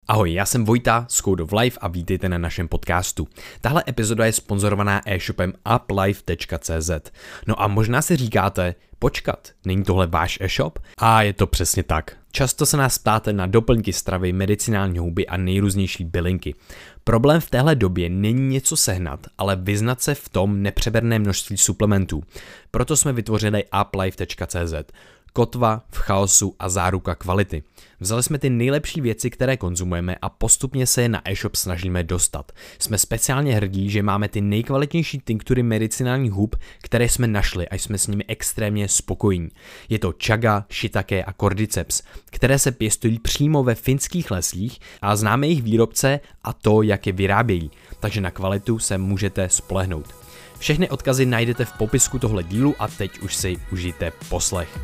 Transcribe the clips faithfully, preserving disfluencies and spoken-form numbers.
Ahoj, já jsem Vojta z Code of Life a vítejte na našem podcastu. Tahle epizoda je sponzorovaná e-shopem uplife tečka cz. No a možná si říkáte, počkat, není tohle váš e-shop? A je to přesně tak. Často se nás ptáte na doplňky stravy, medicinální houby a nejrůznější bylinky. Problém v téhle době není něco sehnat, ale vyznat se v tom nepřeberné množství suplementů. Proto jsme vytvořili uplife tečka cz. Kotva v chaosu a záruka kvality. Vzali jsme ty nejlepší věci, které konzumujeme a postupně se je na e-shop snažíme dostat. Jsme speciálně hrdí, že máme ty nejkvalitnější tinktury medicinálních hub, které jsme našli a jsme s nimi extrémně spokojení. Je to chaga, shiitake a cordyceps, které se pěstují přímo ve finských lesích a známe jejich výrobce a to, jak je vyrábějí, takže na kvalitu se můžete spolehnout. Všechny odkazy najdete v popisku tohle dílu a teď už si užijte poslech.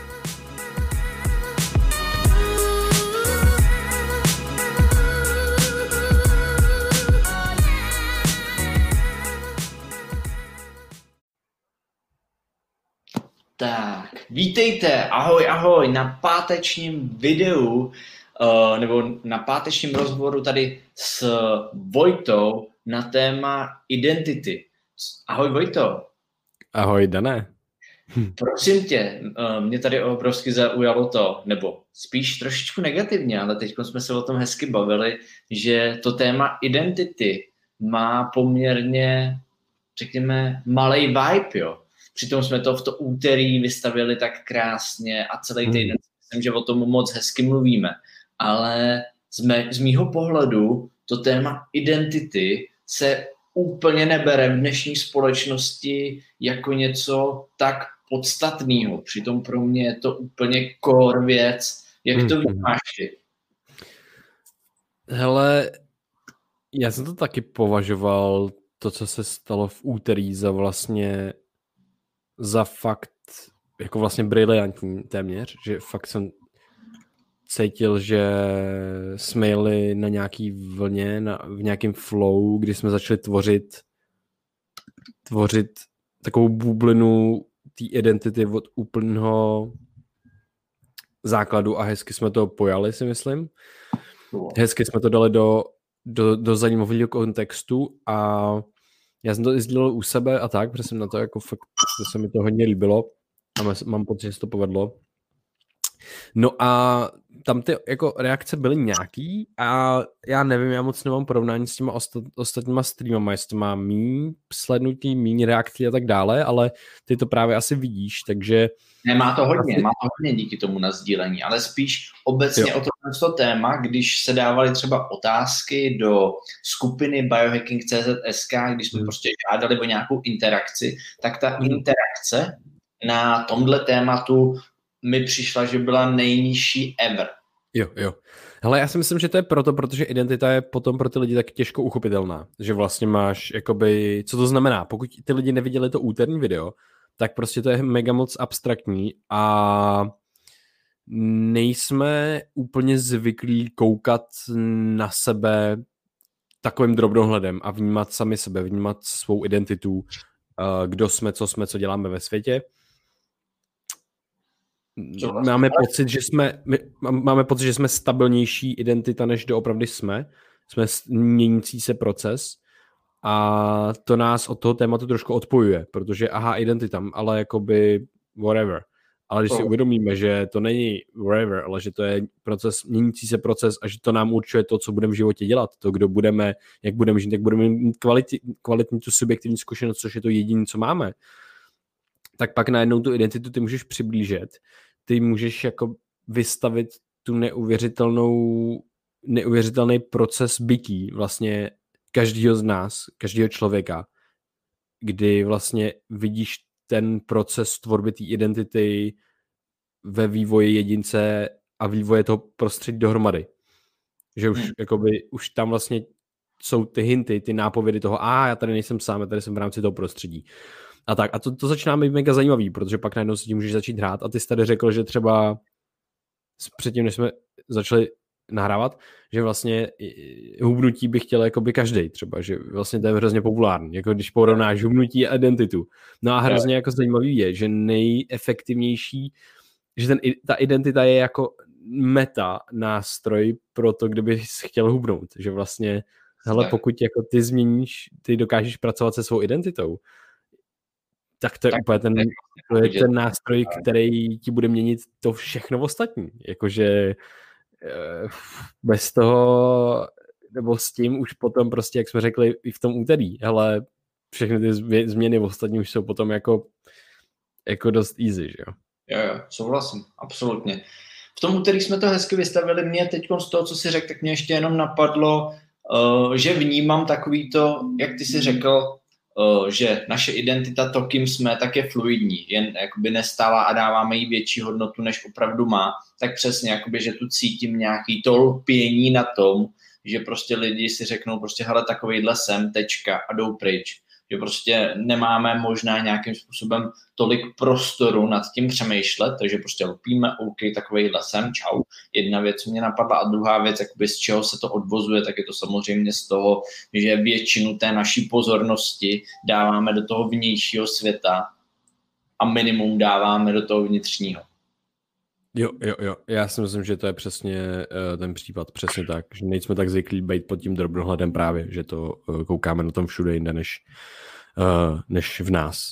Tak, vítejte, ahoj, ahoj, na pátečním videu, uh, nebo na pátečním rozhovoru tady s Vojtou na téma identity. Ahoj Vojto. Ahoj Dané. Hm. Prosím tě, uh, mě tady obrovsky zaujalo to, nebo spíš trošičku negativně, ale teď jsme se o tom hezky bavili, že to téma identity má poměrně, řekněme, malej vibe, jo. Přitom jsme to v to úterý vystavili tak krásně a celý týden myslím, že o tom moc hezky mluvíme. Ale z, mé, z mýho pohledu to téma identity se úplně nebere v dnešní společnosti jako něco tak podstatného. Přitom pro mě je to úplně core věc. Jak to vnímáš ty? Hele, já jsem to taky považoval, to, co se stalo v úterý, za vlastně za fakt jako vlastně briliantní téměř, že fakt jsem cítil, že jsme jeli na nějaký vlně, na, v nějakém flow, kdy jsme začali tvořit tvořit takovou bublinu té identity od úplného základu a hezky jsme to pojali, si myslím. Hezky jsme to dali do, do, do zajímavého kontextu a já jsem to i sdílel u sebe a tak, protože jsem na to jako fakt, že se mi to hodně líbilo a mám pocit, že se to povedlo. No a tam ty jako reakce byly nějaký a já nevím, já moc nemám porovnání s těma ostat, ostatníma streamama, jestli to má míň slednutí, míň reakcí a tak dále, ale ty to právě asi vidíš, takže... Ne, má to hodně, asi... má to hodně díky tomu nazdílení, ale spíš obecně jo. O to téma, když se dávaly třeba otázky do skupiny biohacking tečka cz tečka es ká, když jsme hmm. prostě žádali o nějakou interakci, tak ta hmm. interakce na tomhle tématu mi přišla, že byla nejnižší ever. Jo, jo. Hele, já si myslím, že to je proto, protože identita je potom pro ty lidi tak těžko uchopitelná, že vlastně máš, jakoby, co to znamená, pokud ty lidi neviděli to úterní video, tak prostě to je mega moc abstraktní a nejsme úplně zvyklí koukat na sebe takovým drobnohledem a vnímat sami sebe, vnímat svou identitu, kdo jsme, co jsme, co děláme ve světě. Máme pocit, že jsme, máme pocit, že jsme stabilnější identita, než doopravdy jsme. Jsme měnící se proces a to nás od toho tématu trošku odpojuje, protože aha, identita, ale jakoby whatever. Ale když si uvědomíme, že to není whatever, ale že to je proces, měnící se proces a že to nám určuje to, co budeme v životě dělat, to, kdo budeme, jak budeme žít, jak budeme mít kvalitní, kvalitní tu subjektivní zkušenost, což je to jediné, co máme, tak pak najednou tu identitu ty můžeš přiblížit, ty můžeš jako vystavit tu neuvěřitelnou, neuvěřitelný proces bytí vlastně každého z nás, každého člověka, kdy vlastně vidíš ten proces tvorby té identity ve vývoji jedince a vývoje toho prostředí dohromady. Že už, hmm. jakoby, už tam vlastně jsou ty hinty, ty nápovědy toho, a já tady nejsem sám, já tady jsem v rámci toho prostředí. A tak, a to, to začíná být mega zajímavý, protože pak najednou si tím můžeš začít hrát a ty jsi tady řekl, že třeba předtím, než jsme začali nahrávat, že vlastně hubnutí by chtěl jakoby každej třeba, že vlastně to je hrozně populární, jako když porovnáš hubnutí a identitu. No a hrozně jako zajímavý je, že nejefektivnější, že ten, ta identita je jako meta nástroj pro to, kdyby chtěl hubnout, že vlastně hele, pokud jako ty změníš, ty dokážeš pracovat se svou identitou, tak to je tak, úplně ten, to je ten nástroj, který ti bude měnit to všechno ostatní. Jakože bez toho, nebo s tím už potom prostě, jak jsme řekli i v tom úterý, ale všechny ty změny ostatní už jsou potom jako, jako dost easy, že jo? Jo, jo, souhlasím, absolutně. V tom úterý jsme to hezky vystavili. Mě teď z toho, co jsi řekl, tak mě ještě jenom napadlo, uh, že vnímám takový to, jak ty jsi řekl, uh, že naše identita, to, kým jsme, tak je fluidní, jen jakoby nestává a dáváme jí větší hodnotu, než opravdu má, tak přesně, jakoby, že tu cítím nějaký to lpění na tom, že prostě lidi si řeknou prostě, hele, takovejhle jsem, tečka a jdou pryč. Že prostě nemáme možná nějakým způsobem tolik prostoru nad tím přemýšlet, takže prostě lpíme, OK, takovejhle jsem, čau. Jedna věc mě napadla a druhá věc, jakoby z čeho se to odvozuje, tak je to samozřejmě z toho, že většinu té naší pozornosti dáváme do toho vnějšího světa a minimum dáváme do toho vnitřního. Jo, jo, jo. Já si myslím, že to je přesně uh, ten případ, přesně tak, že nejsme tak zvyklí být pod tím drobnohledem právě, že to uh, koukáme na tom všude jinde, než, uh, než v nás.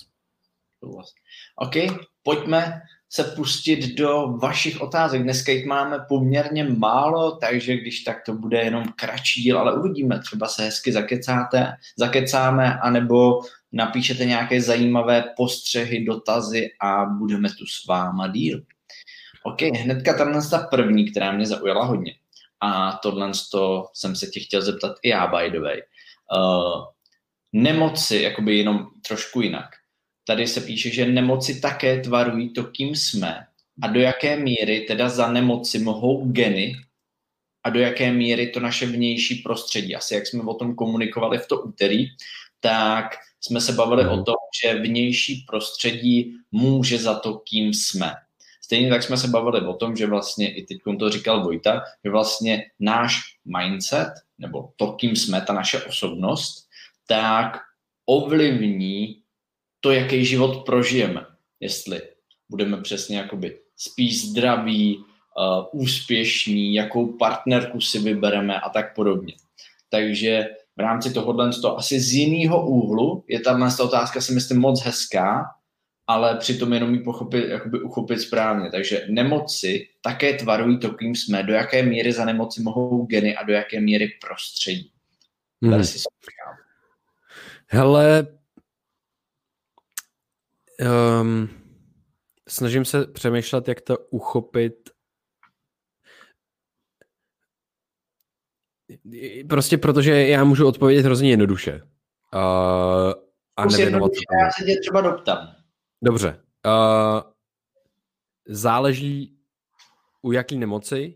OK, pojďme se pustit do vašich otázek. Dneska jich máme poměrně málo, takže když tak to bude jenom kratší díl, ale uvidíme, třeba se hezky zakecáte, zakecáme, anebo napíšete nějaké zajímavé postřehy, dotazy a budeme tu s váma díl. OK, hnedka tato ta první, která mě zaujala hodně. A tohle to jsem se tě chtěl zeptat i já, by the way. Uh, nemoci, jakoby jenom trošku jinak. Tady se píše, že nemoci také tvarují to, kým jsme a do jaké míry teda za nemoci mohou geny a do jaké míry to naše vnější prostředí. Asi jak jsme o tom komunikovali v to úterý, tak jsme se bavili mm. o tom, že vnější prostředí může za to, kým jsme. Stejně tak jsme se bavili o tom, že vlastně, i teď to říkal Vojta, že vlastně náš mindset, nebo to, kým jsme, ta naše osobnost, tak ovlivní to, jaký život prožijeme. Jestli budeme přesně jakoby spíš zdraví, uh, úspěšní, jakou partnerku si vybereme a tak podobně. Takže v rámci tohohle to asi z jiného úhlu je tato otázka, si myslím, moc hezká, ale přitom jenom ji pochopit, jakoby uchopit správně. Takže nemoci také tvarují to, kým jsme, do jaké míry za nemoci mohou geny a do jaké míry prostředí. Hmm. Tady si vzpomínám. Hele, um, snažím se přemýšlet, jak to uchopit. Prostě protože já můžu odpovědět hrozně jednoduše. Uh, a nevěnovat se tomu. Já se tě třeba doptám. Dobře. Uh, záleží u jaký nemoci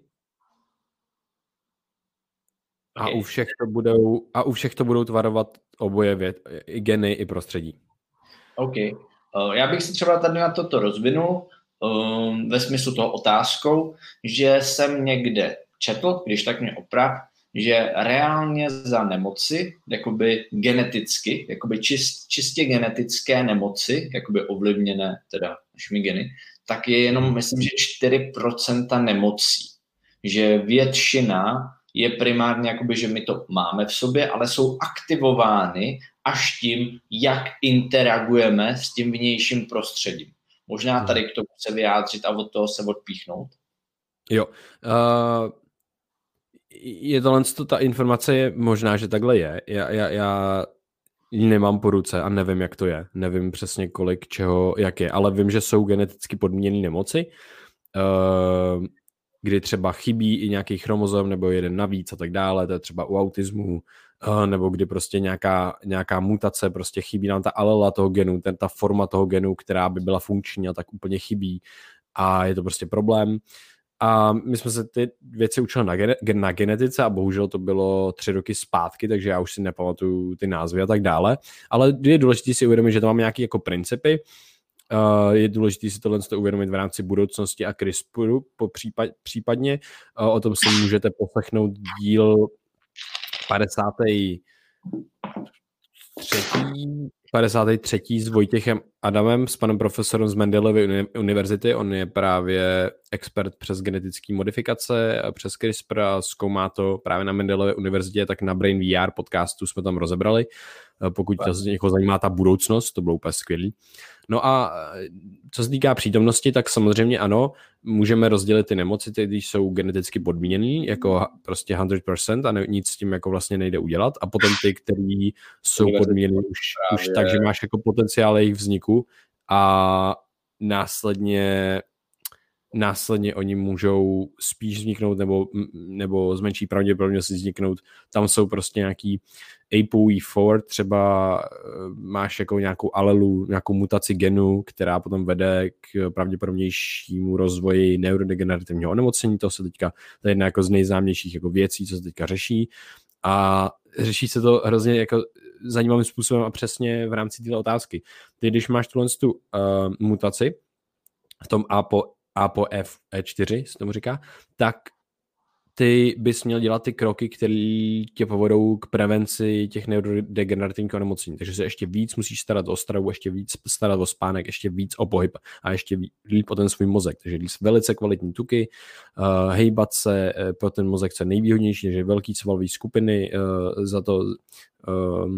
a okay. u všech to budou a u všech to budou tvarovat oboje věc, i geny, i prostředí. OK. Uh, já bych si třeba tady na toto rozvinul um, ve smyslu toho otázkou, že jsem někde četl, když tak mě oprav, že reálně za nemoci, jakoby geneticky, jakoby čist, čistě genetické nemoci, jakoby ovlivněné teda našimi geny, tak je jenom, myslím, že čtyři procenta nemocí. Že většina je primárně, jakoby, že my to máme v sobě, ale jsou aktivovány až tím, jak interagujeme s tím vnějším prostředím. Možná tady k tomu se vyjádřit a od toho se odpíchnout. Jo. Uh... Je tohle, ta informace je možná, že takhle je. Já, já, já ji nemám po ruce a nevím, jak to je. Nevím přesně kolik, čeho, jak je, ale vím, že jsou geneticky podmíněné nemoci, kdy třeba chybí i nějaký chromozom nebo jeden navíc a tak dále, to je třeba u autismu, nebo kdy prostě nějaká, nějaká mutace, prostě chybí nám ta alela toho genu, ten, ta forma toho genu, která by byla funkční a tak úplně chybí a je to prostě problém. A my jsme se ty věci učili na, gene, na genetice a bohužel to bylo tři roky zpátky, takže já už si nepamatuju ty názvy a tak dále. Ale je důležité si uvědomit, že to mám nějaké jako principy. Uh, je důležité si tohle uvědomit v rámci budoucnosti a CRISPRu po případ, případně. Uh, o tom si můžete poslechnout díl padesátý třetí padesátý třetí s Vojtěchem Adamem, s panem profesorem z Mendelovy univerzity. On je právě expert přes genetické modifikace, přes CRISPR a zkoumá to právě na Mendelově univerzitě, tak na Brain V R podcastu jsme tam rozebrali. Pokud to někoho zajímá ta budoucnost, to bylo úplně skvělý. No a co se týká přítomnosti, tak samozřejmě ano, můžeme rozdělit ty nemoci, ty, když jsou geneticky podmíněný, jako prostě sto procent a ne, nic s tím jako vlastně nejde udělat. A potom ty, který jsou podmíněný už, už tak, že máš jako potenciál jejich vzniku a následně následně oni můžou spíš vzniknout nebo, nebo z menší pravděpodobnosti vzniknout. Tam jsou prostě nějaký A P O E čtyři, třeba máš jako nějakou alelu, nějakou mutaci genu, která potom vede k pravděpodobnějšímu rozvoji neurodegenerativního onemocnění. To se teďka, to je jedna jako z nejznámějších jako věcí, co se teďka řeší. A řeší se to hrozně jako zajímavým způsobem a přesně v rámci této otázky. Ty, když máš tuhle tu uh, mutaci v tom A P O A P O F čtyři, se tomu říká, tak ty bys měl dělat ty kroky, které tě povedou k prevenci těch neurodegenerativních onemocnění. Takže se ještě víc musíš starat o stravu, ještě víc starat o spánek, ještě víc o pohyb a ještě líp o ten svůj mozek. Takže jíst velice kvalitní tuky, uh, hejbat se uh, pro ten mozek, co je nejvýhodnější, takže velký svalové skupiny uh, za to uh,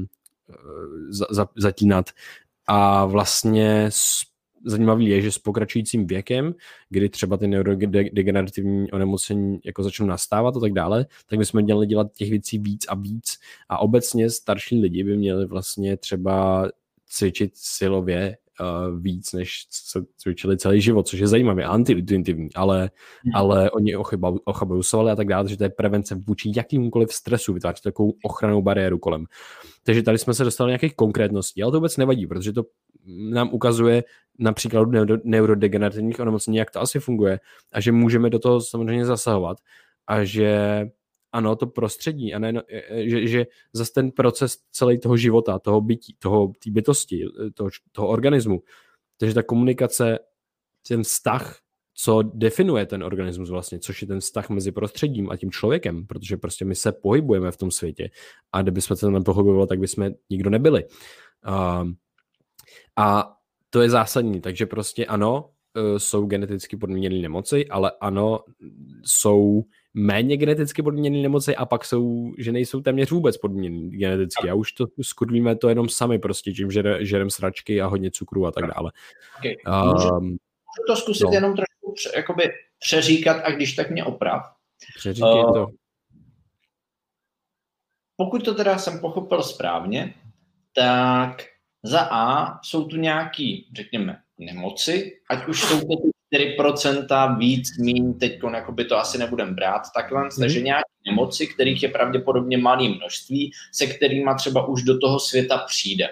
za, za, zatínat. A vlastně zajímavý je, že s pokračujícím věkem, kdy třeba ty neurodegenerativní onemocnění jako začnou nastávat a tak dále, tak bychom měli dělat těch věcí víc a víc. A obecně starší lidi by měli vlastně třeba cvičit silově uh, víc, než co cvičili celý život, což je zajímavé a antiintuitivní, ale, hmm. ale oni ochabujusovali a tak dále, takže to je prevence vůči jakýmkoliv stresu, vytvářet takovou ochrannou bariéru kolem. Takže tady jsme se dostali nějakých konkrétností, ale to vůbec nevadí, protože to nám ukazuje na příkladu neurodegenerativních onemocnění, jak to asi funguje a že můžeme do toho samozřejmě zasahovat a že ano, to prostředí a ne, že, že zase ten proces celý toho života, toho bytí, toho, té bytosti, toho, toho organismu, takže ta komunikace, ten vztah, co definuje ten organismus vlastně, což je ten vztah mezi prostředím a tím člověkem, protože prostě my se pohybujeme v tom světě a kdybychom se tam nepohybovali, tak bychom nikdo nebyli. Um, A to je zásadní, takže prostě ano, jsou geneticky podmíněné nemoci, ale ano, jsou méně geneticky podmíněné nemoci a pak jsou, že nejsou téměř vůbec podmíněné geneticky. A už to skurvíme to jenom sami prostě, tím, že žerem sračky a hodně cukru a tak dále. Okay. Můžu, um, můžu to zkusit no. jenom trošku pře, jakoby přeříkat a když tak mě oprav. Přeříkej uh, to. Pokud to teda jsem pochopil správně, tak za A jsou tu nějaký, řekněme, nemoci, ať už jsou to čtyři procenta víc, míň, teď jakoby to asi nebudem brát takhle, mm. takže nějaké nemoci, kterých je pravděpodobně malé množství, se kterými třeba už do toho světa přijde.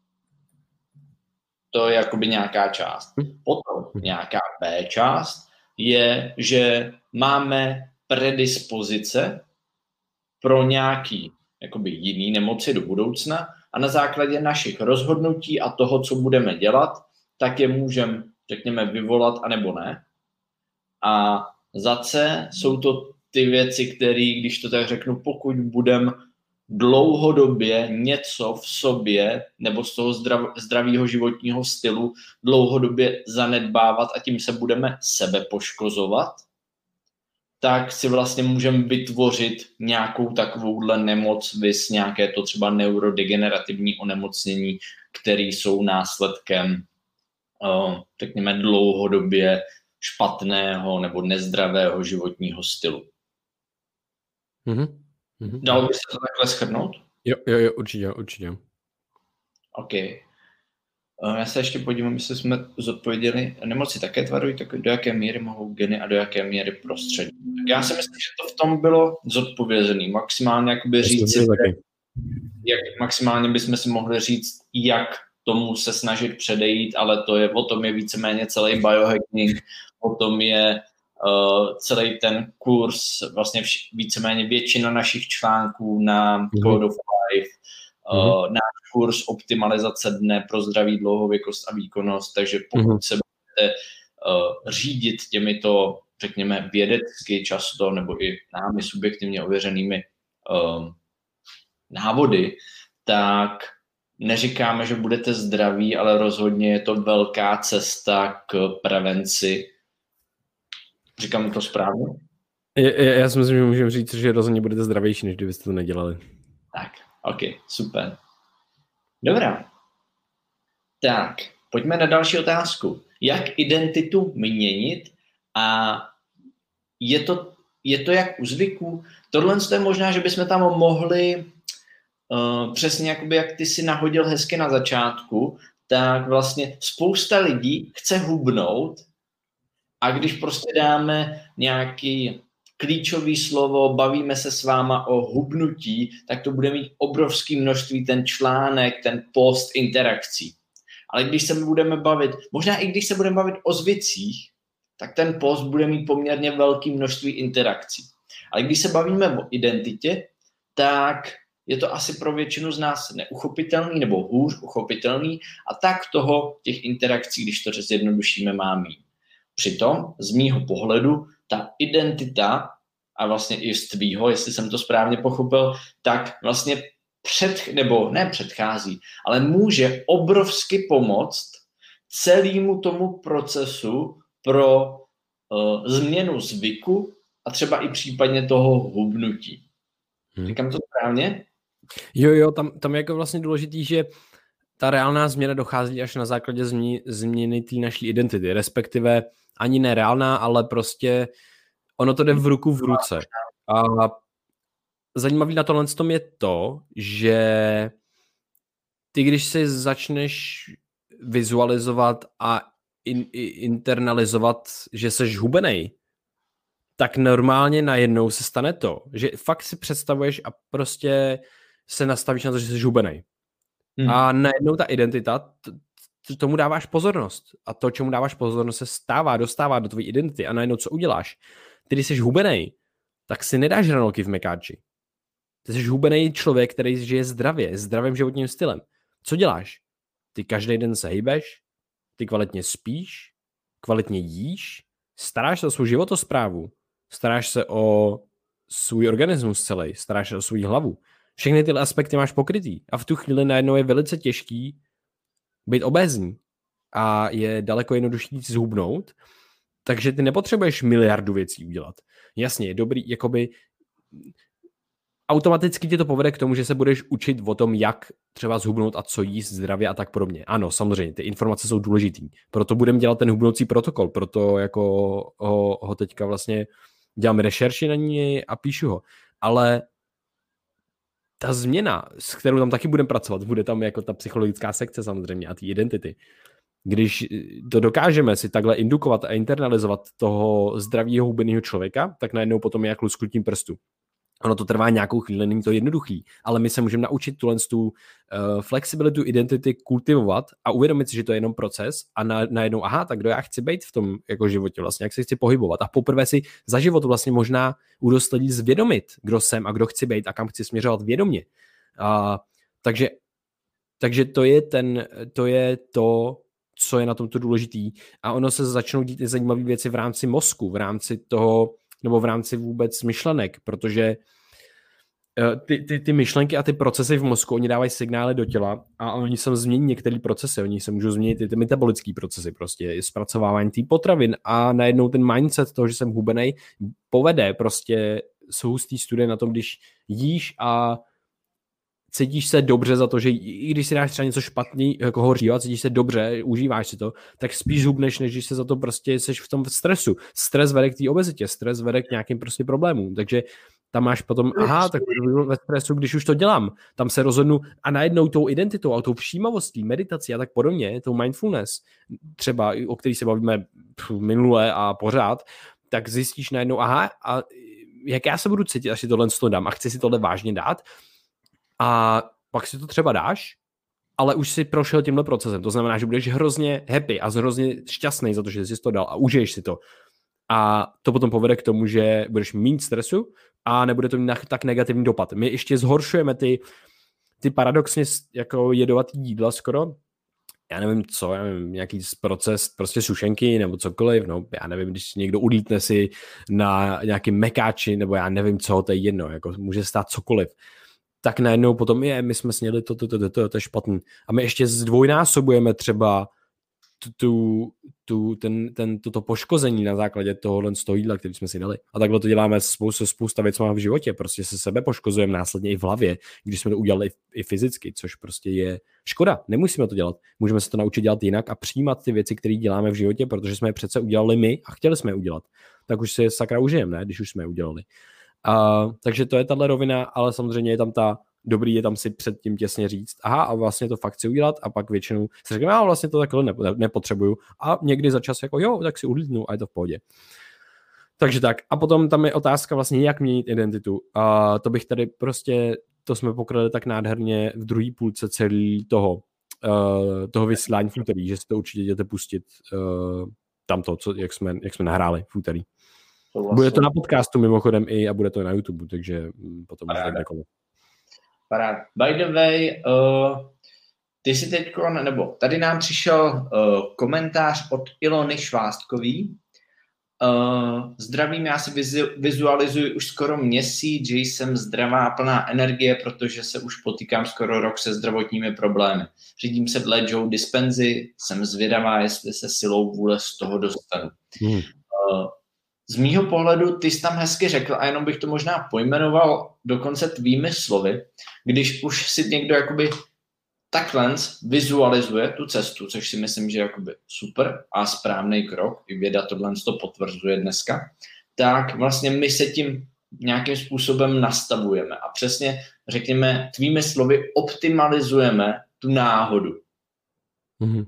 To je jakoby nějaká část. Potom nějaká B část je, že máme predispozice pro nějaký jakoby jiný nemoci do budoucna, a na základě našich rozhodnutí a toho, co budeme dělat, tak je můžeme, řekněme, vyvolat, anebo ne. A za C jsou to ty věci, které, když to tak řeknu, pokud budeme dlouhodobě něco v sobě nebo z toho zdrav, zdravého životního stylu dlouhodobě zanedbávat a tím se budeme sebe poškozovat, tak si vlastně můžeme vytvořit nějakou takovouhle nemoc, vys nějaké to třeba neurodegenerativní onemocnění, které jsou následkem, řekněme, dlouhodobě špatného nebo nezdravého životního stylu. Mm-hmm. Dalo by se to takhle shrnout? Jo, jo, jo, určitě, určitě. OK. Já se ještě podívám, jestli jsme zodpověděli. Nemoci také tvarují, tak do jaké míry mohou geny a do jaké míry prostředí. Tak já si myslím, že to v tom bylo zodpovězený. Maximálně jakoby říct si, jak maximálně bychom si mohli říct, jak tomu se snažit předejít, ale to je, o tom je víceméně celý biohacking, o tom je uh, celý ten kurz, vlastně vš- víceméně většina našich článků na mm-hmm. Code of Life, uh, mm-hmm. náš kurz optimalizace dne pro zdraví, dlouhověkost a výkonnost, takže pokud mm-hmm. se budete uh, řídit těmito, řekněme, vědecky často, nebo i námi subjektivně ověřenými uh, návody, tak neříkáme, že budete zdraví, ale rozhodně je to velká cesta k prevenci Říkám to správně? Já, já si myslím, že můžeme říct, že rozhodně budete zdravější, než kdybyste to nedělali. Tak, ok, super. Dobrá. Tak, pojďme na další otázku. Jak identitu měnit a je to, je to jak u zvyků? Tohle je možná, že bychom tam mohli uh, přesně jakoby, jak ty si nahodil hezky na začátku, tak vlastně spousta lidí chce hubnout a když prostě dáme nějaký klíčový slovo, bavíme se s váma o hubnutí, tak to bude mít obrovské množství ten článek, ten post interakcí. Ale když se budeme bavit, možná i když se budeme bavit o zvicích, tak ten post bude mít poměrně velké množství interakcí. Ale když se bavíme o identitě, tak je to asi pro většinu z nás neuchopitelný nebo hůř uchopitelný a tak toho těch interakcí, když to zjednodušíme, má mít. Přitom z mýho pohledu ta identita a vlastně i z tvýho, jestli jsem to správně pochopil, tak vlastně před, nebo ne předchází, ale může obrovsky pomoct celému tomu procesu pro uh, změnu zvyku a třeba i případně toho hubnutí. Hmm. Říkám to správně? Jo, jo, tam, tam je jako vlastně důležitý, že ta reálná změna dochází až na základě změny, změny té naší identity, respektive ani nereálná, ale prostě ono to jde v ruku v ruce. A zajímavý na tohle tom je to, že ty, když si začneš vizualizovat a in, internalizovat, že seš hubenej, tak normálně najednou se stane to, že fakt si představuješ a prostě se nastavíš na to, že jsi hubenej. Hmm. A najednou ta identita, t- t- tomu dáváš pozornost. A to, čemu dáváš pozornost, se stává, dostává do tvojí identity. A najednou co uděláš? Ty, když jsi hubenej, tak si nedáš hranolky v mekáči. Ty jsi hubenej člověk, který žije zdravě, zdravým životním stylem. Co děláš? Ty každý den se hejbeš, ty kvalitně spíš, kvalitně jíš, staráš se o svou životosprávu, staráš se o svůj organismus celý, staráš se o svou hlavu. Všechny tyhle aspekty máš pokrytý. A v tu chvíli najednou je velice těžký být obézní. A je daleko jednodušší zhubnout. Takže ty nepotřebuješ miliardu věcí udělat. Jasně, je dobrý, jakoby automaticky ti to povede k tomu, že se budeš učit o tom, jak třeba zhubnout a co jíst zdravě a tak podobně. Ano, samozřejmě, ty informace jsou důležitý. Proto budeme dělat ten hubnoucí protokol, proto jako ho, ho teďka vlastně dělám rešerši na něj a píšu ho. Ale ta změna, s kterou tam taky budeme pracovat, bude tam jako ta psychologická sekce samozřejmě a ty identity. Když to dokážeme si takhle indukovat a internalizovat toho zdravého hubeného člověka, tak najednou potom je jak lusknutím prstu. Ono to trvá nějakou chvíli, není to jednoduchý, ale my se můžeme naučit tuhle tu uh, flexibilitu identity kultivovat a uvědomit si, že to je jenom proces a na, najednou, aha, tak kdo já chci být v tom jako životě vlastně, jak se chci pohybovat. A poprvé si za život vlastně možná u dost lidí zvědomit, kdo jsem a kdo chci být a kam chci směřovat vědomě. Uh, takže, takže to je ten, to je to, co je na tomto důležitý. A ono se začnou dít i zajímavé věci v rámci mozku, v rámci toho, nebo v rámci vůbec myšlenek, protože ty, ty, ty myšlenky a ty procesy v mozku, oni dávají signály do těla a oni se změní některé procesy, oni se můžou změnit i ty metabolické procesy, prostě zpracovávání té potravin a najednou ten mindset toho, že jsem hubenej, povede prostě, jsou hustý studie na tom, když jíš a cítíš se dobře za to, že i když si dáš třeba něco špatný, jako hoří, a cítíš se dobře, užíváš si to, tak spíš hubneš, než když se za to prostě seš v tom stresu. Stres vede k té obezitě, stres vede k nějakým prostě problémům, takže tam máš potom, aha, tak ve stresu, když už to dělám, tam se rozhodnu a najednou tou identitou a tou všímavostí, meditací a tak podobně, tou mindfulness, třeba o který se bavíme minule a pořád, tak zjistíš najednou, aha, a jak já se budu cítit, až si tohle dám a chci si tohle vážně dát, a pak si to třeba dáš, ale už si prošel tímhle procesem. To znamená, že budeš hrozně happy a hrozně šťastný za to, že jsi to dal a užiješ si to. A to potom povede k tomu, že budeš mít stresu a nebude to mít tak negativní dopad. My ještě zhoršujeme ty, ty paradoxně jako jedovatý jídla skoro. Já nevím co, já nevím, nějaký proces prostě sušenky nebo cokoliv, no já nevím, když někdo ulítne si na nějaký mekáči nebo já nevím co, to je jedno, jako může stát cokoliv. Tak najednou potom je, my jsme sněli to, to, to, to, to, to je špatný. A my ještě zdvojnásobujeme třeba tu, tu, ten, ten, toto poškození na základě tohohle z toho jídla, který jsme si dali. A takhle to děláme spousta, spousta věcma v životě. Prostě se sebe poškozujeme následně i v hlavě, když jsme to udělali i, i fyzicky, což prostě je škoda. Nemusíme to dělat. Můžeme se to naučit dělat jinak a přijímat ty věci, které děláme v životě, protože jsme je přece udělali my a chtěli jsme je udělat. Tak už si sakra užijeme, ne? Když už jsme je udělali. A, takže to je tahle rovina, ale samozřejmě je tam ta dobrý je tam si předtím těsně říct, aha, a vlastně to fakt si udělat a pak většinou si řekneme, a vlastně to takhle nepotřebuju a někdy za čas jako jo, tak si udlítnu a je to v pohodě. Takže tak. A potom tam je otázka vlastně, jak měnit identitu. A to bych tady prostě, to jsme pokryli tak nádherně v druhé půlce celý toho, uh, toho vysílání v úterý, že si to určitě jdete pustit uh, tamto, co, jak, jsme, jak jsme nahráli v úterý. To vlastně... Bude to na podcastu mimochodem i a bude to na YouTube, takže potom můžete kdekoliv. Parád. By the way, uh, ty si teďko, nebo tady nám přišel uh, komentář od Ilony Švástkový. Uh, zdravím, já si vizu, vizualizuji už skoro měsíc, že jsem zdravá a plná energie, protože se už potýkám skoro rok se zdravotními problémy. Řídím se dle Joe Dispenzy, jsem zvědavá, jestli se silou vůle z toho dostanu. Hmm. Uh, Z mýho pohledu ty jsi tam hezky řekl a jenom bych to možná pojmenoval dokonce tvými slovy, když už si někdo jakoby takhle vizualizuje tu cestu, což si myslím, že je jakoby super a správný krok, i věda tohle to potvrzuje dneska, tak vlastně my se tím nějakým způsobem nastavujeme a přesně, řekněme, tvými slovy optimalizujeme tu náhodu. Mm-hmm.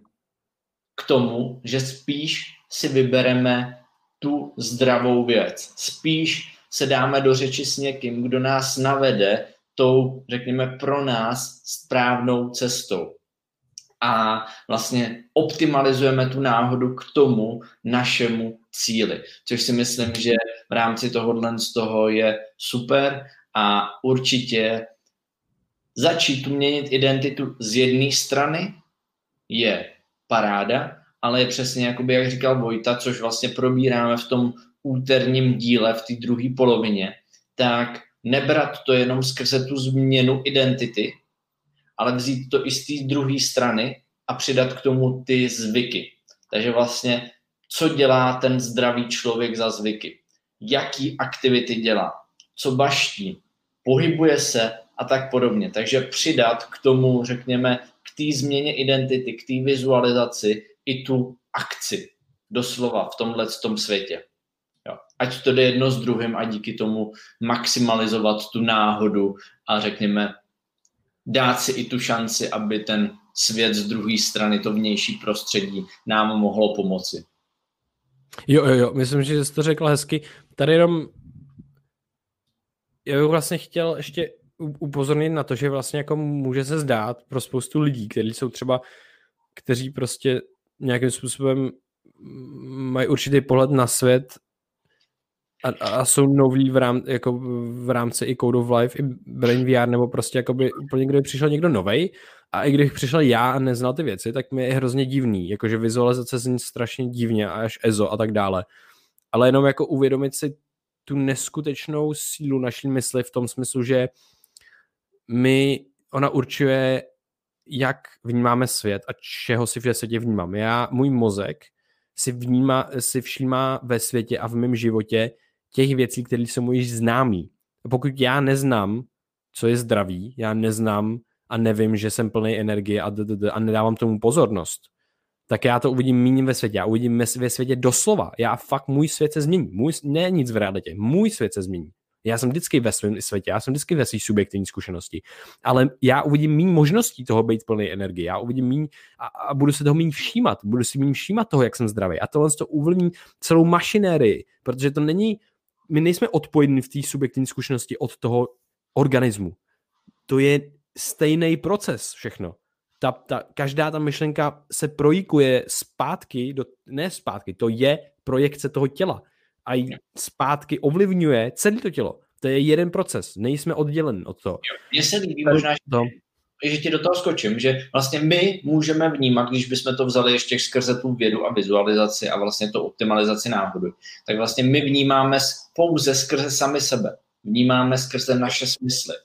K tomu, že spíš si vybereme tu zdravou věc. Spíš se dáme do řeči s někým, kdo nás navede tou, řekněme, pro nás správnou cestou. A vlastně optimalizujeme tu náhodu k tomu našemu cíli. Což si myslím, že v rámci tohohle z toho je super a určitě začít měnit identitu z jedné strany je paráda, ale je přesně, jakoby, jak říkal Vojta, což vlastně probíráme v tom úterním díle, v té druhé polovině, tak nebrat to jenom skrze tu změnu identity, ale vzít to i z té druhé strany a přidat k tomu ty zvyky. Takže vlastně, co dělá ten zdravý člověk za zvyky? Jaký aktivity dělá? Co baští? Pohybuje se a tak podobně. Takže přidat k tomu, řekněme, k té změně identity, k té vizualizaci i tu akci, doslova v tomhle tom světě. Jo. Ať to jde jedno s druhým a díky tomu maximalizovat tu náhodu a řekněme dát si i tu šanci, aby ten svět z druhé strany, to vnější prostředí nám mohlo pomoci. Jo, jo, jo, myslím, že jsi to řekla hezky. Tady jenom já bych vlastně chtěl ještě upozornit na to, že vlastně jako může se zdát pro spoustu lidí, kteří jsou třeba, kteří prostě nějakým způsobem mají určitý pohled na svět a, a jsou noví v, rám, jako v rámci i Code of Life, i Brain V R, nebo prostě jakoby úplně kdyby přišel někdo novej a i když přišel já a neznal ty věci, tak mi je hrozně divný, jakože vizualizace zní strašně divně a až ezo a tak dále. Ale jenom jako uvědomit si tu neskutečnou sílu naší mysli v tom smyslu, že my, ona určuje, jak vnímáme svět a čeho si v světě vnímám. Já, můj mozek si, vnímá, si všímá ve světě a v mém životě těch věcí, které jsou mu již známý. A pokud já neznám, co je zdraví, já neznám a nevím, že jsem plný energie a, d- d- d- a nedávám tomu pozornost, tak já to uvidím míním ve světě. Já uvidím ve světě doslova. Já fakt, můj svět se změní. Můj, ne nic v realitě. Můj svět se změní. Já jsem vždycky ve svém světě, já jsem vždycky ve svých subjektivní zkušenosti, ale já uvidím méně možností toho být plný energie, já uvidím méně a, a budu se toho méně všímat, budu si méně všímat toho, jak jsem zdravý a tohle to ovlivní celou mašinérii, protože to není, my nejsme odpojení v té subjektivní zkušenosti od toho organismu. To je stejný proces všechno. Ta, ta, každá ta myšlenka se projikuje zpátky, do, ne zpátky, to je projekce toho těla. A jí zpátky ovlivňuje celé to tělo. To je jeden proces. Nejsme odděleni od toho. Mně se líbí možná, že, že ti do toho skočím, že vlastně my můžeme vnímat, když bychom to vzali ještě skrze tu vědu a vizualizaci a vlastně to optimalizaci náhody, tak vlastně my vnímáme pouze skrze sami sebe. Vnímáme skrze naše smysly.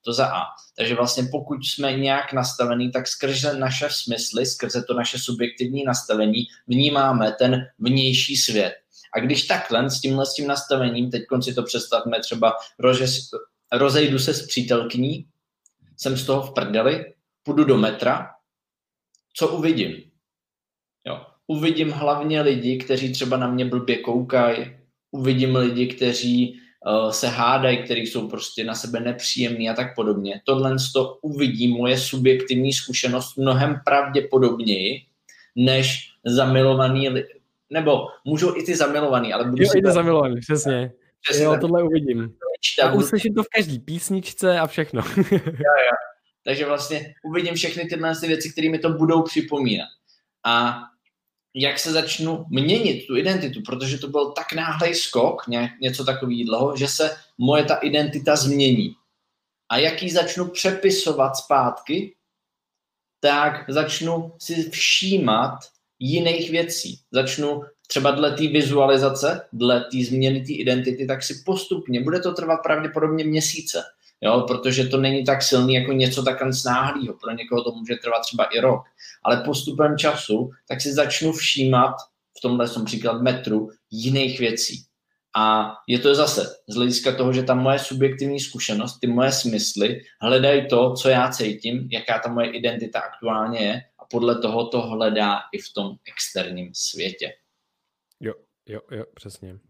To za A. Takže vlastně pokud jsme nějak nastavení, tak skrze naše smysly, skrze to naše subjektivní nastavení vnímáme ten vnější svět. A když takhle s tímhle s tím nastavením, teď si to představme třeba, rože, rozejdu se s přítelkyní, jsem z toho v prdeli, půjdu do metra, co uvidím? Jo. Uvidím hlavně lidi, kteří třeba na mě blbě koukají, uvidím lidi, kteří uh, se hádají, kteří jsou prostě na sebe nepříjemní a tak podobně. Tohle to uvidí moje subjektivní zkušenost mnohem pravděpodobněji, než zamilovaný lidi. Nebo můžou i ty zamilovaný, ale budu jo, si... i ty zamilovaný, přesně. přesně jo, tohle uvidím. A uslyším to v každý písničce a všechno. jo, jo. Takže vlastně uvidím všechny tyhle věci, které mi to budou připomínat. A jak se začnu měnit tu identitu, protože to byl tak náhlej skok, něco takového, že se moje ta identita změní. A jak ji začnu přepisovat zpátky, tak začnu si všímat jiných věcí. Začnu třeba dle té vizualizace, dle té změny té identity, tak si postupně, bude to trvat pravděpodobně měsíce, jo, protože to není tak silný jako něco tak náhlého. Pro někoho to může trvat třeba i rok. Ale postupem času, tak si začnu všímat, v tomhle jsem příklad metru, jiných věcí. A je to zase z hlediska toho, že ta moje subjektivní zkušenost, ty moje smysly hledají to, co já cítím, jaká ta moje identita aktuálně je a podle toho to hledá i v tom externím světě. Jo, jo, jo, přesně.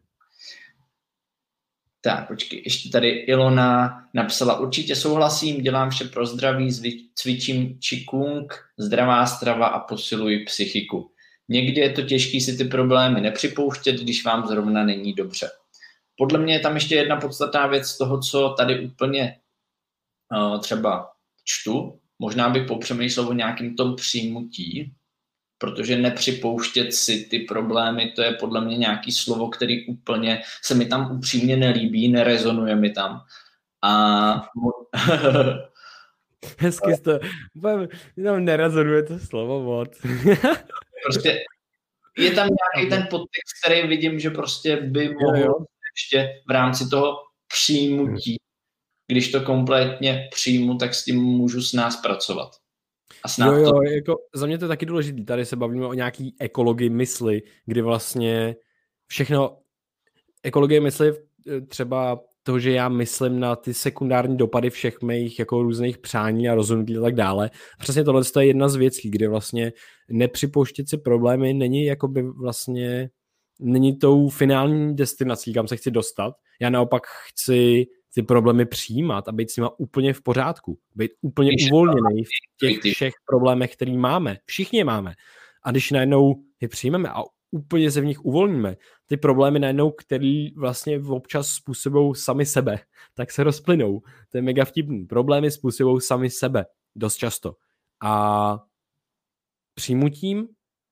Tak, počkej, ještě tady Ilona napsala, určitě souhlasím, dělám vše pro zdraví, cvičím Qigong, zdravá strava a posiluji psychiku. Někdy je to těžké si ty problémy nepřipouštět, když vám zrovna není dobře. Podle mě je tam ještě jedna podstatná věc z toho, co tady úplně uh, třeba čtu. Možná bych popřemýšlel o nějakým tom přijmutí, protože nepřipouštět si ty problémy, to je podle mě nějaký slovo, který úplně se mi tam upřímně nelíbí, nerezonuje mi tam. A... Hezky jste, mi tam nerezonuje to slovo moc. Prostě je tam nějaký ten podtext, který vidím, že prostě by mohl jo, jo. ještě v rámci toho přijmutí, když to kompletně přijmu, tak s tím můžu s nás pracovat. A jo, jo, to... jako za mě to je taky důležité. Tady se bavíme o nějaký ekologii mysli, kdy vlastně všechno, ekologie mysli třeba to, že já myslím na ty sekundární dopady všech mých jako různých přání a rozhodnutí a tak dále. Přesně tohle je jedna z věcí, kdy vlastně nepřipouštět si problémy není jakoby vlastně, není tou finální destinací, kam se chci dostat. Já naopak chci ty problémy přijímat a být s nima úplně v pořádku. Být úplně uvolněný v těch všech problémech, který máme. Všichni je máme. A když najednou je přijmeme a úplně se v nich uvolníme, ty problémy najednou, který vlastně občas způsobují sami sebe, tak se rozplynou. To je mega vtipný. Problémy způsobují sami sebe. Dost často. A přijmutím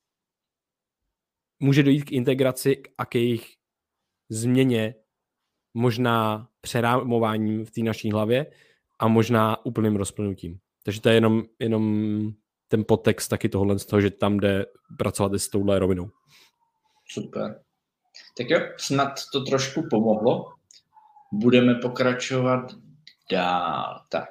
může dojít k integraci a k jejich změně, možná přerámováním v té naší hlavě a možná úplným rozplynutím. Takže to je jenom, jenom ten podtext taky tohle z toho, že tam jde pracovat i s touhle rovinou. Super. Tak jo, snad to trošku pomohlo. Budeme pokračovat dál. Tak.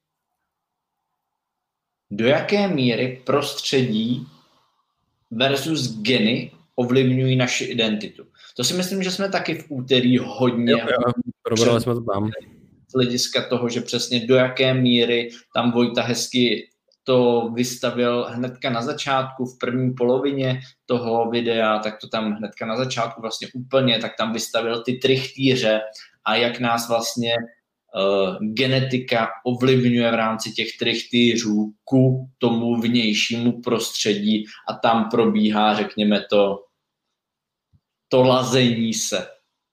Do jaké míry prostředí versus geny ovlivňují naši identitu? To si myslím, že jsme taky v úterý hodně... Jo, jo, probrali jsme to tam. Z hlediska toho, že přesně do jaké míry tam Vojta hezky to vystavil hnedka na začátku, v první polovině toho videa, tak to tam hnedka na začátku vlastně úplně, tak tam vystavil ty trichtýře a jak nás vlastně uh, genetika ovlivňuje v rámci těch trichtýřů ku tomu vnějšímu prostředí a tam probíhá, řekněme to, to lazení se.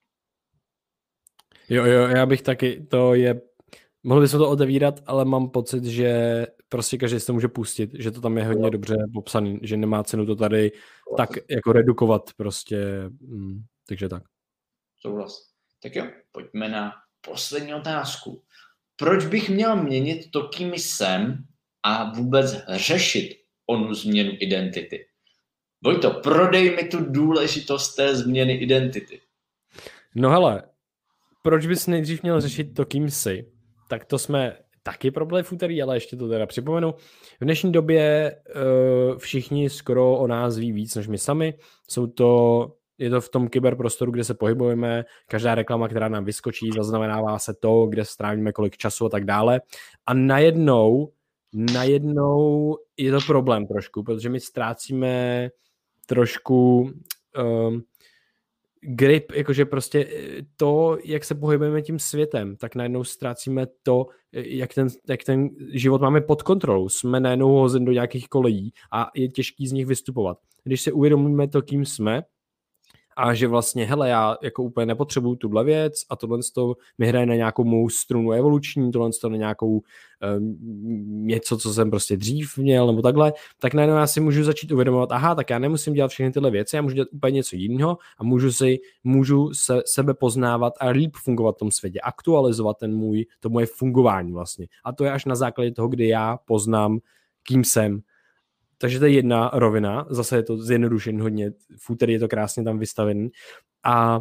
Jo, jo, já bych taky, to je, mohli bychom to otevírat, ale mám pocit, že prostě každý se to může pustit, že to tam je hodně dobře popsaný, že nemá cenu to tady tak jako redukovat prostě, hmm, takže tak. Souhlas. Tak jo, pojďme na poslední otázku. Proč bych měl měnit to, kým jsem a vůbec řešit onu změnu identity? Vojto, prodej mi tu důležitost té změny identity. No hele, proč bys nejdřív měl řešit to, kým jsi? Tak to jsme taky problém v úterý, ale ještě to teda připomenu. V dnešní době uh, všichni skoro o nás ví víc než my sami. Jsou to, je to v tom kyberprostoru, kde se pohybujeme, každá reklama, která nám vyskočí, zaznamenává se to, kde strávíme kolik času a tak dále. A najednou, najednou je to problém trošku, protože my ztrácíme trošku um, grip, jakože prostě to, jak se pohybujeme tím světem, tak najednou ztrácíme to, jak ten, jak ten život máme pod kontrolou. Jsme najednou hozen do nějakých kolejí a je těžký z nich vystupovat. Když si uvědomíme to, kým jsme, a že vlastně, hele, já jako úplně nepotřebuju tuhle věc a tohle to mi hraje na nějakou mou strunu evoluční, tohle to na nějakou um, něco, co jsem prostě dřív měl, nebo takhle, tak najednou já si můžu začít uvědomovat, aha, tak já nemusím dělat všechny tyhle věci, já můžu dělat úplně něco jiného a můžu si, můžu se, sebe poznávat a líp fungovat v tom světě, aktualizovat ten můj, to moje fungování vlastně. A to je až na základě toho, kdy já poznám, kým jsem. Takže to je jedna rovina, zase je to zjednodušený hodně, v úterý je to krásně tam vystavený a,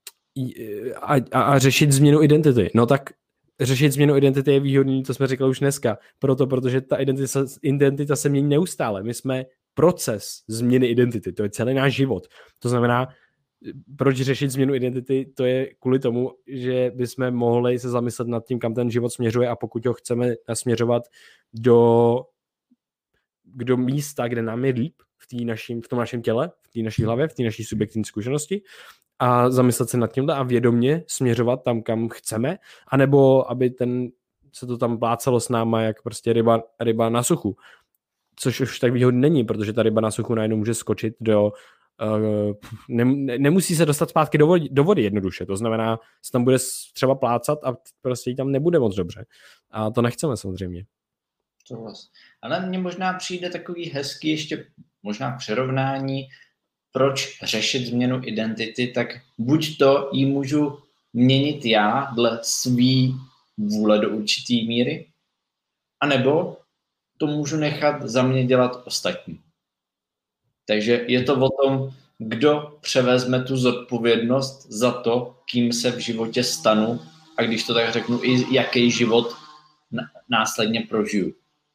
a, a řešit změnu identity. No tak řešit změnu identity je výhodný, to jsme řekli už dneska, proto, protože ta identita, identita se mění neustále. My jsme proces změny identity, to je celý náš život. To znamená, proč řešit změnu identity, to je kvůli tomu, že bychom mohli se zamyslet nad tím, kam ten život směřuje a pokud ho chceme nasměřovat do do místa, kde nám je líp v, tý naším, v tom našem těle, v té naší hlavě, v té naší subjektivní zkušenosti a zamyslet se nad tímhle a vědomě směřovat tam, kam chceme, anebo aby ten, se to tam plácalo s náma jak prostě ryba, ryba na suchu. Což už tak výhodný není, protože ta ryba na suchu najednou může skočit do uh, ne, nemusí se dostat zpátky do vody, do vody jednoduše. To znamená, se tam bude třeba plácat a prostě jí tam nebude moc dobře. A to nechceme samozřejmě. Souhlas. Ale mně možná přijde takový hezký ještě možná přirovnání, proč řešit změnu identity, tak buď to ji můžu měnit já dle svý vůle do určitý míry, anebo to můžu nechat za mě dělat ostatní. Takže je to o tom, kdo převezme tu zodpovědnost za to, kým se v životě stanu a když to tak řeknu, i jaký život následně prožiju.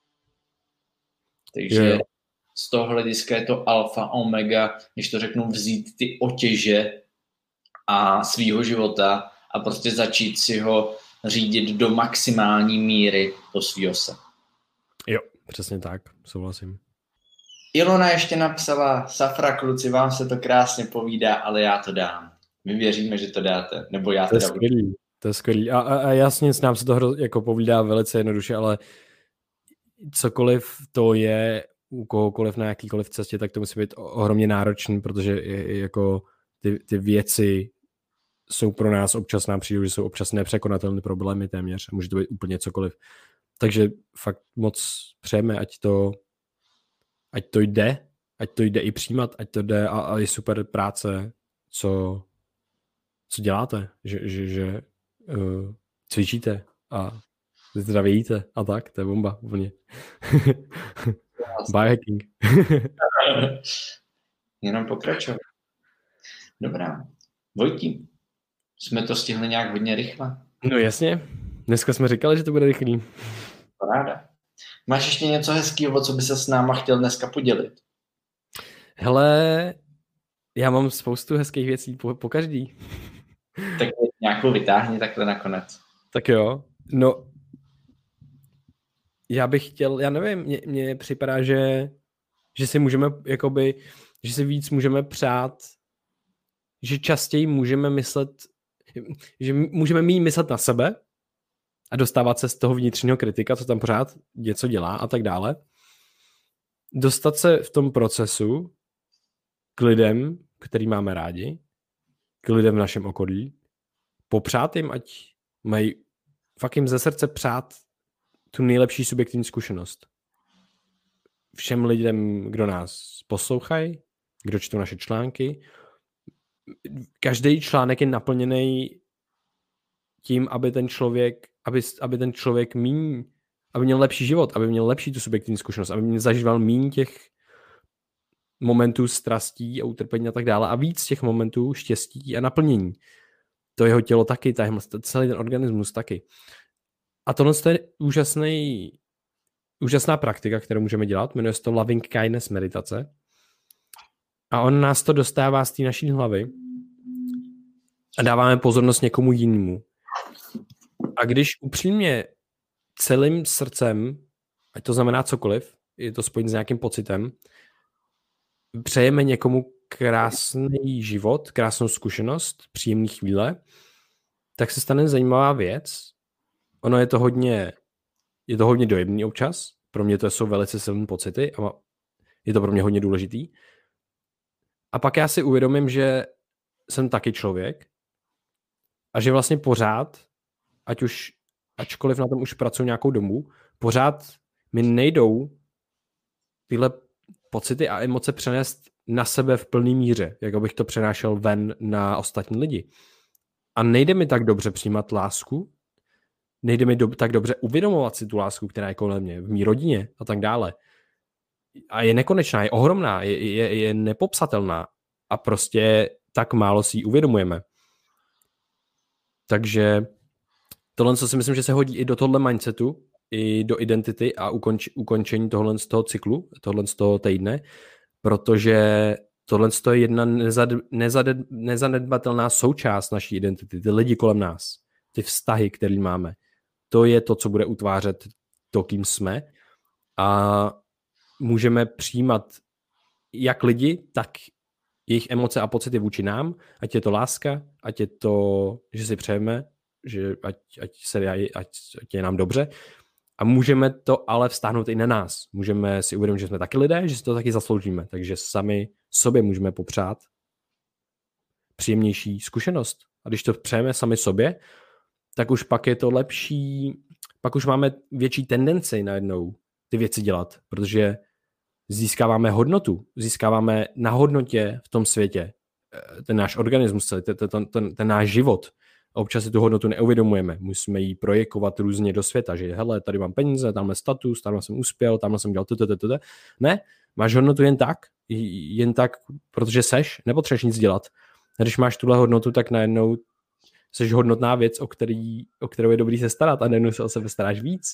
Takže yeah. Z toho hlediska je to alfa, omega, když to řeknu, vzít ty otěže a svýho života a prostě začít si ho řídit do maximální míry do svýho se. Jo, přesně tak, souhlasím. Ilona ještě napsala, Safra, kluci, vám se to krásně povídá, ale já to dám. My věříme, že to dáte, nebo já to dám. To je skvělý. A, a, a jasně, nám se to hro, jako povídá velice jednoduše, ale cokoliv to je u kohokoliv na jakýkoliv cestě, tak to musí být ohromně náročný, protože je, jako ty, ty věci jsou pro nás občas nám přijde, že jsou občas nepřekonatelné problémy téměř a může to být úplně cokoliv. Takže fakt moc přejeme, ať to ať to jde, ať to jde i přijímat, ať to jde a, a je super práce, co, co děláte, že, že, že uh, cvičíte a zdravě jíte a tak, to je bomba úplně. Biohacking. Jenom pokračovat. Dobrá. Vojtí, jsme to stihli nějak hodně rychle. No jasně. Dneska jsme říkali, že to bude rychlý. Paráda. Máš ještě něco hezkého, o co by se s náma chtěl dneska podělit? Hele, já mám spoustu hezkých věcí po, po každý. Tak nějakou vytáhni takhle nakonec. Tak jo. No, já bych chtěl, já nevím, mně, mně připadá, že, že si můžeme, jakoby, že si víc můžeme přát, že častěji můžeme myslet, že můžeme méně myslet na sebe a dostávat se z toho vnitřního kritika, co tam pořád něco dělá a tak dále. Dostat se v tom procesu k lidem, který máme rádi, k lidem v našem okolí, popřát jim, ať mají fakt jim ze srdce přát tu nejlepší subjektivní zkušenost. Všem lidem, kdo nás poslouchají, kdo čtou naše články. Každý článek je naplněný tím, aby ten člověk, aby, aby ten člověk míň, aby měl lepší život, aby měl lepší tu subjektivní zkušenost, aby měl zažíval míň těch momentů strastí a utrpení a tak dále a víc těch momentů štěstí a naplnění. To jeho tělo taky, celý ten organismus taky. a tohle je úžasný, úžasná praktika, kterou můžeme dělat, jmenuje se to Loving Kindness meditace. A on nás to dostává z té naší hlavy a dáváme pozornost někomu jinému. A když upřímně celým srdcem, ať to znamená cokoliv, je to spojené s nějakým pocitem, přejeme někomu krásný život, krásnou zkušenost, příjemný chvíle, tak se stane zajímavá věc. Ono je to hodně, je to hodně dojemný občas. Pro mě to jsou velice silné pocity a je to pro mě hodně důležitý. A pak já si uvědomím, že jsem taky člověk a že vlastně pořád, ať už, ačkoliv na tom už pracuji nějakou dobu, pořád mi nejdou tyhle pocity a emoce přenést na sebe v plný míře, jako bych to přenášel ven na ostatní lidi. A nejde mi tak dobře přijímat lásku, nejde mi do, tak dobře uvědomovat si tu lásku, která je kolem mě, v mý rodině a tak dále. A je nekonečná, je ohromná, je, je, je nepopsatelná a prostě tak málo si ji uvědomujeme. Takže tohle, co si myslím, že se hodí i do tohle mindsetu, i do identity a ukonč, ukončení tohle z toho cyklu, tohle z toho týdne, protože tohle je jedna nezad, nezad, nezanedbatelná součást naší identity, ty lidi kolem nás, ty vztahy, které máme. To je to, co bude utvářet to, kým jsme a můžeme přijímat jak lidi, tak jejich emoce a pocity vůči nám, ať je to láska, ať je to, že si přejeme, že ať, ať, se, ať, ať je nám dobře. A můžeme to ale vztáhnout i na nás. Můžeme si uvědomit, že jsme taky lidé, že si to taky zasloužíme. Takže sami sobě můžeme popřát příjemnější zkušenost. A když to přejeme sami sobě, tak už pak je to lepší, pak už máme větší tendenci najednou ty věci dělat, protože získáváme hodnotu, získáváme na hodnotě v tom světě ten náš organismus, celý, ten, ten, ten, ten náš život. A občas si tu hodnotu neuvědomujeme. Musíme ji projekovat různě do světa, že hele, tady mám peníze, tamhle status, tamhle jsem uspěl, tamhle jsem dělal toto, toto. Ne, máš hodnotu jen tak, jen tak, protože seš, nepotřebuješ nic dělat. A když máš tuhle hodnotu, tak najednou seš hodnotná věc, o, který, o kterou je dobrý se starat a najednou se o sebe staráš víc.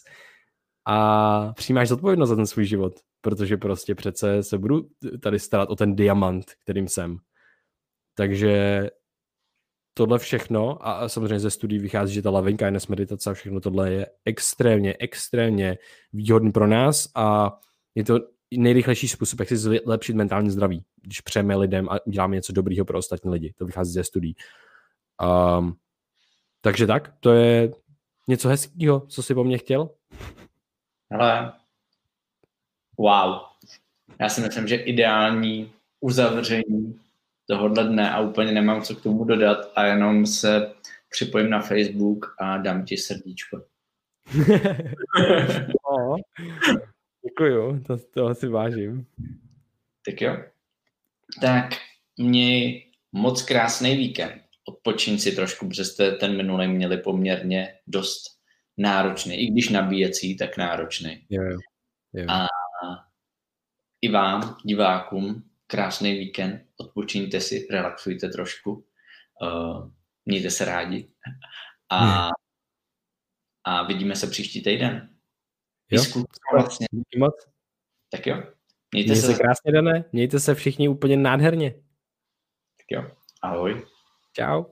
A přijímáš zodpovědnost za ten svůj život, protože prostě přece se budu tady starat o ten diamant, kterým jsem. Takže tohle všechno, a samozřejmě ze studií vychází, že ta loving kindness meditace a všechno tohle je extrémně, extrémně výhodný pro nás a je to nejrychlejší způsob, jak si zlepšit mentální zdraví, když přejeme lidem a uděláme něco dobrýho pro ostatní lidi. To vychází ze studií. Um, takže tak, to je něco hezkého, co jsi po mně chtěl? Hele, wow. Já si myslím, že ideální uzavření tohohle dne a úplně nemám co k tomu dodat a jenom se připojím na Facebook a dám ti srdíčko. No, děkuju, to, toho si vážím. Tak jo. Tak měj moc krásný víkend. Odpočiň si trošku, protože jste ten minulý měli poměrně dost náročný. I když nabíjecí, tak náročný. Jo, jo. Jo. A i vám, divákům, krásný víkend. Odpočiňte si, relaxujte trošku. Uh, mějte se rádi. A, a vidíme se příští týden. Jo, vlastně. moc. Tak jo. Mějte, Mějte se, se krásně, Dané. Mějte se všichni úplně nádherně. Tak jo. Ahoj. Čau.